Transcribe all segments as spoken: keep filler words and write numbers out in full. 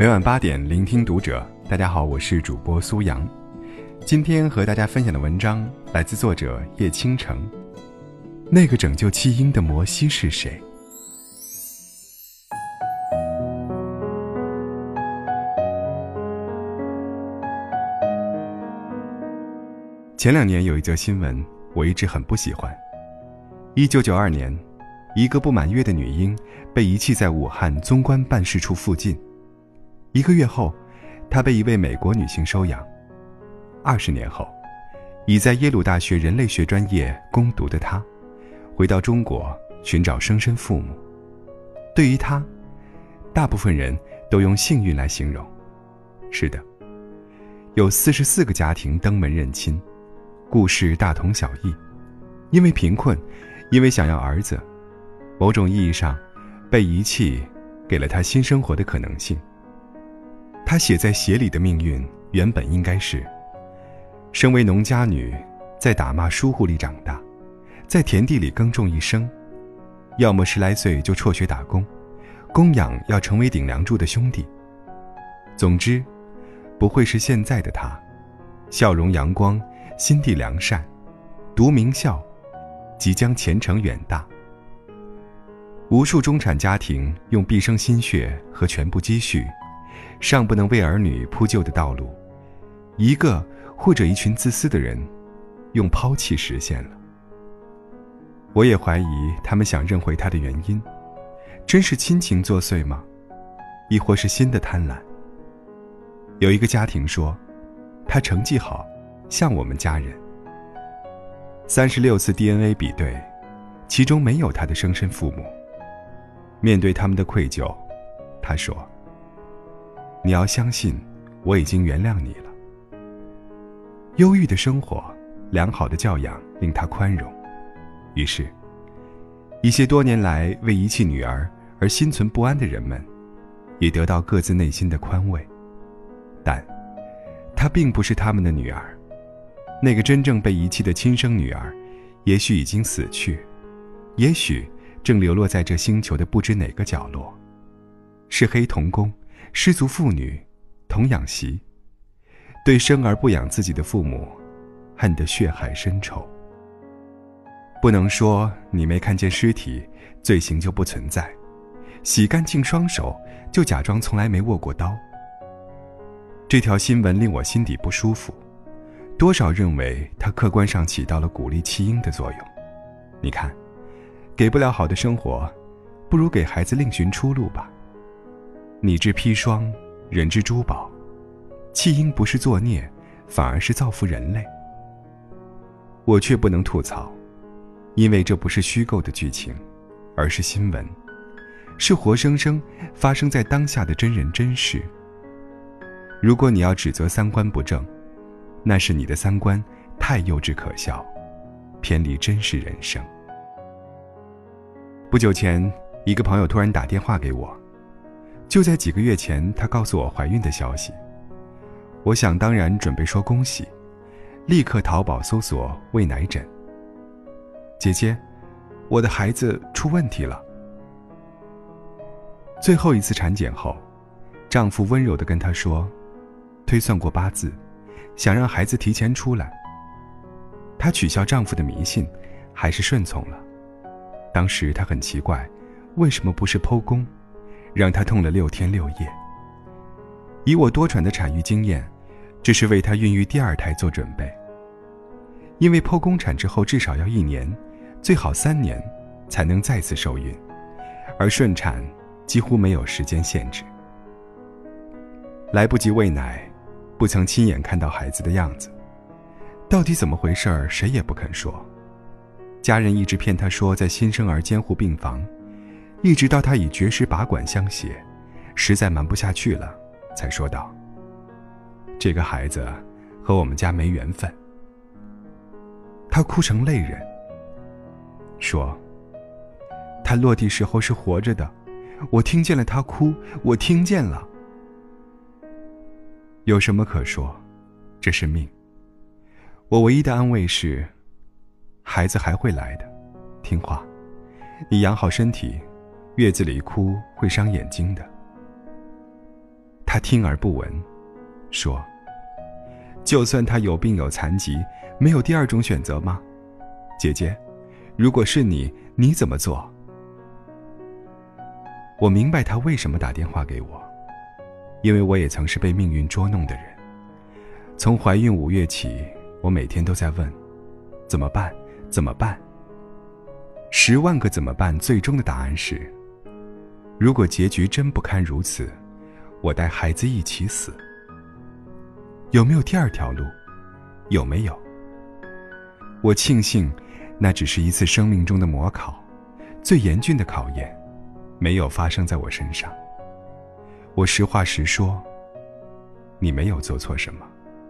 每晚八点，聆听读者。大家好，我是主播苏阳。今天和大家分享的文章来自作者叶倾城。那个拯救弃婴的摩西是谁？前两年有一则新闻，我一直很不喜欢。一九九二年，一个不满月的女婴被遗弃在武汉宗关办事处附近。一个月后，她被一位美国女性收养。二十年后，已在耶鲁大学人类学专业攻读的她，回到中国寻找生身父母。对于她，大部分人都用幸运来形容。是的，有四十四个家庭登门认亲，故事大同小异。因为贫困，因为想要儿子，某种意义上，被遗弃给了她新生活的可能性。她写在血里的命运原本应该是身为农家女，在打骂疏忽里长大，在田地里耕种一生，要么十来岁就辍学打工，供养要成为顶梁柱的兄弟。总之，不会是现在的她，笑容阳光，心地良善，读名校，即将前程远大。无数中产家庭用毕生心血和全部积蓄，尚不能为儿女铺就的道路，一个或者一群自私的人用抛弃实现了。我也怀疑他们想认回他的原因，真是亲情作祟吗？亦或是新的贪婪？有一个家庭说，他成绩好，像我们家人。三十六次 D N A 比对，其中没有他的生身父母。面对他们的愧疚，他说，你要相信，我已经原谅你了。忧郁的生活，良好的教养令他宽容。于是，一些多年来为遗弃女儿而心存不安的人们，也得到各自内心的宽慰。但，她并不是他们的女儿。那个真正被遗弃的亲生女儿，也许已经死去，也许正流落在这星球的不知哪个角落，是黑童工、失足妇女、童养媳，对生而不养自己的父母，恨得血海深仇。不能说你没看见尸体，罪行就不存在，洗干净双手，就假装从来没握过刀。这条新闻令我心底不舒服，多少认为它客观上起到了鼓励弃婴的作用。你看，给不了好的生活，不如给孩子另寻出路吧。你之砒霜，人之珠宝，弃婴不是作孽，反而是造福人类。我却不能吐槽，因为这不是虚构的剧情，而是新闻，是活生生发生在当下的真人真事。如果你要指责三观不正，那是你的三观太幼稚可笑，偏离真实人生。不久前，一个朋友突然打电话给我，就在几个月前，她告诉我怀孕的消息。我想当然准备说恭喜，立刻淘宝搜索喂奶诊。姐姐，我的孩子出问题了。最后一次产检后，丈夫温柔地跟她说，推算过八字，想让孩子提前出来。她取笑丈夫的迷信，还是顺从了。当时她很奇怪，为什么不是剖宫，让她痛了六天六夜。以我多舛的产育经验，这是为她孕育第二胎做准备。因为剖宫产之后至少要一年，最好三年，才能再次受孕，而顺产几乎没有时间限制。来不及喂奶，不曾亲眼看到孩子的样子，到底怎么回事，谁也不肯说。家人一直骗她说在新生儿监护病房，一直到她以绝食拔管相胁，实在瞒不下去了，才说道，这个孩子和我们家没缘分。她哭成泪人，说他落地时候是活着的，我听见了他哭，我听见了。有什么可说，这是命。我唯一的安慰是，孩子还会来的，听话，你养好身体，月子里哭会伤眼睛的。 他听而不闻，说：“就算他有病有残疾，没有第二种选择吗？姐姐，如果是你，你怎么做？”我明白他为什么打电话给我，因为我也曾是被命运捉弄的人。从怀孕五月起，我每天都在问：怎么办？怎么办？十万个怎么办，最终的答案是：如果结局真不堪如此，我带孩子一起死。有没有第二条路？有没有？我庆幸，那只是一次生命中的模考，最严峻的考验，没有发生在我身上。我实话实说，你没有做错什么。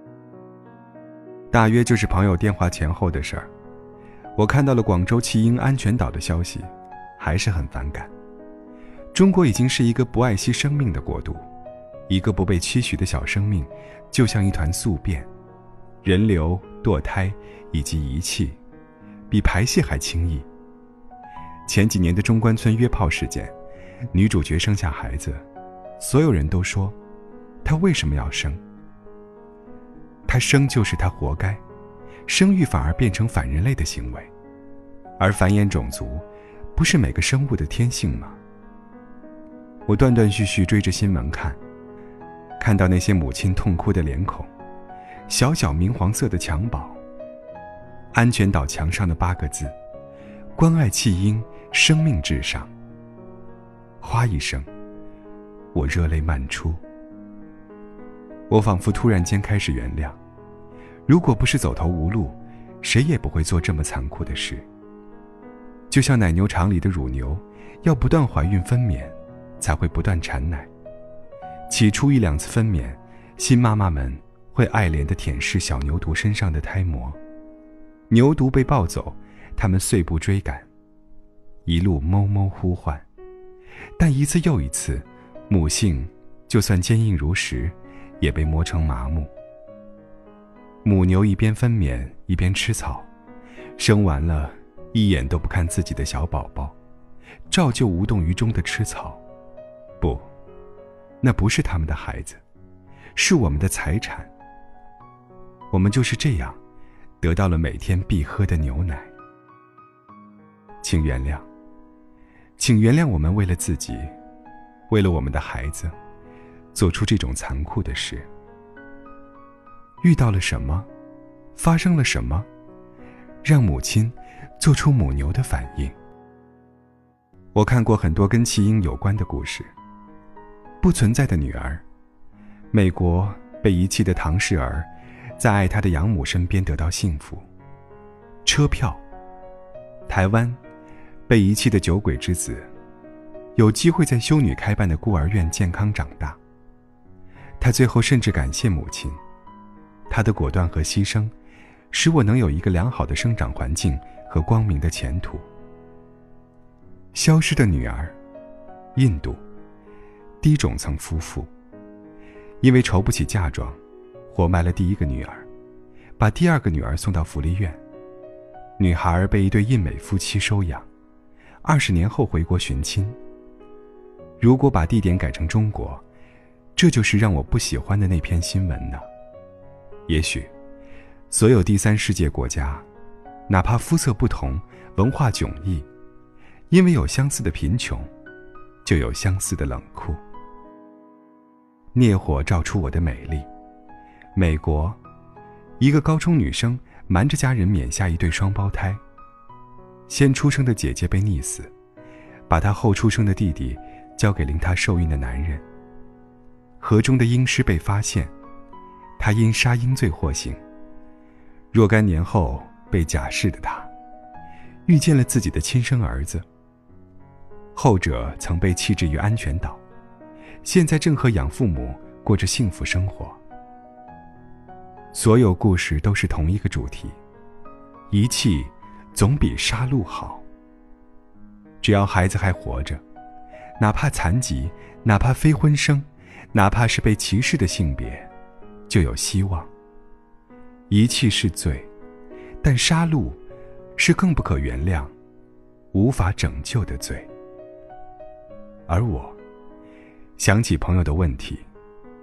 大约就是朋友电话前后的事儿，我看到了广州弃婴安全岛的消息，还是很反感。中国已经是一个不爱惜生命的国度，一个不被期许的小生命，就像一团宿便，人流、堕胎以及遗弃，比排泄还轻易。前几年的中关村约炮事件，女主角生下孩子，所有人都说，她为什么要生？她生就是她活该，生育反而变成反人类的行为，而繁衍种族，不是每个生物的天性吗？我断断续续追着新闻看，看到那些母亲痛哭的脸孔，小小明黄色的襁褓，安全岛墙上的八个字：关爱弃婴，生命至上。哗一声，我热泪漫出。我仿佛突然间开始原谅，如果不是走投无路，谁也不会做这么残酷的事。就像奶牛场里的乳牛，要不断怀孕分娩，才会不断产奶。起初一两次分娩，新妈妈们会爱怜地舔舐小牛犊身上的胎膜，牛犊被抱走，它们碎步追赶，一路哞哞呼唤。但一次又一次，母性就算坚硬如石，也被磨成麻木。母牛一边分娩一边吃草，生完了一眼都不看自己的小宝宝，照旧无动于衷地吃草。不，那不是他们的孩子，是我们的财产。我们就是这样得到了每天必喝的牛奶。请原谅，请原谅我们为了自己，为了我们的孩子，做出这种残酷的事。遇到了什么？发生了什么？让母亲做出母牛的反应。我看过很多跟弃婴有关的故事。不存在的女儿，美国被遗弃的唐氏儿，在爱她的养母身边得到幸福。车票，台湾被遗弃的酒鬼之子，有机会在修女开办的孤儿院健康长大。他最后甚至感谢母亲，她的果断和牺牲，使我能有一个良好的生长环境和光明的前途。消失的女儿，印度低种层夫妇，因为筹不起嫁妆，活埋了第一个女儿，把第二个女儿送到福利院。女孩被一对印美夫妻收养，二十年后回国寻亲。如果把地点改成中国，这就是让我不喜欢的那篇新闻呢。也许所有第三世界国家，哪怕肤色不同，文化迥异，因为有相似的贫穷，就有相似的冷酷。烈火照出我的美丽。美国，一个高中女生瞒着家人免下一对双胞胎，先出生的姐姐被溺死，把她后出生的弟弟交给令她受孕的男人。河中的婴尸被发现，她因杀婴罪获刑。若干年后被假释的她，遇见了自己的亲生儿子，后者曾被弃置于安全岛，现在正和养父母过着幸福生活。所有故事都是同一个主题，遗弃总比杀戮好。只要孩子还活着，哪怕残疾，哪怕非婚生，哪怕是被歧视的性别，就有希望。遗弃是罪，但杀戮是更不可原谅、无法拯救的罪。而我想起朋友的问题，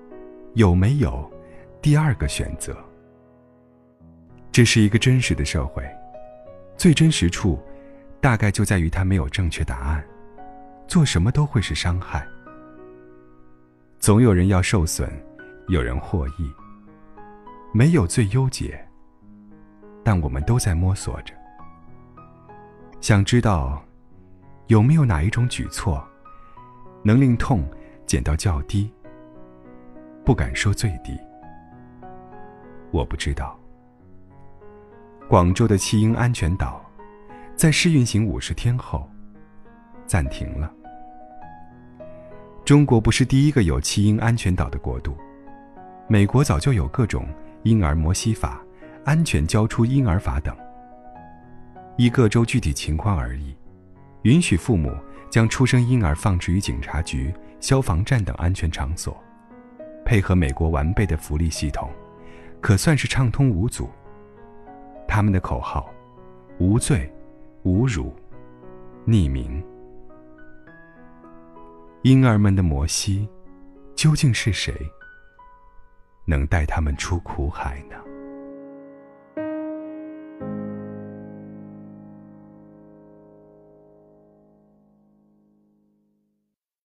有没有第二个选择？这是一个真实的社会，最真实处大概就在于它没有正确答案，做什么都会是伤害。总有人要受损，有人获益，没有最优解，但我们都在摸索着。想知道有没有哪一种举措能令痛减到较低，不敢说最低。我不知道。广州的弃婴安全岛在试运行五十天后暂停了。中国不是第一个有弃婴安全岛的国度，美国早就有各种婴儿摩西法、安全交出婴儿法等。依各州具体情况而异，允许父母将出生婴儿放置于警察局、消防站等安全场所，配合美国完备的福利系统，可算是畅通无阻。他们的口号：无罪、无辱、匿名。婴儿们的摩西，究竟是谁能带他们出苦海呢？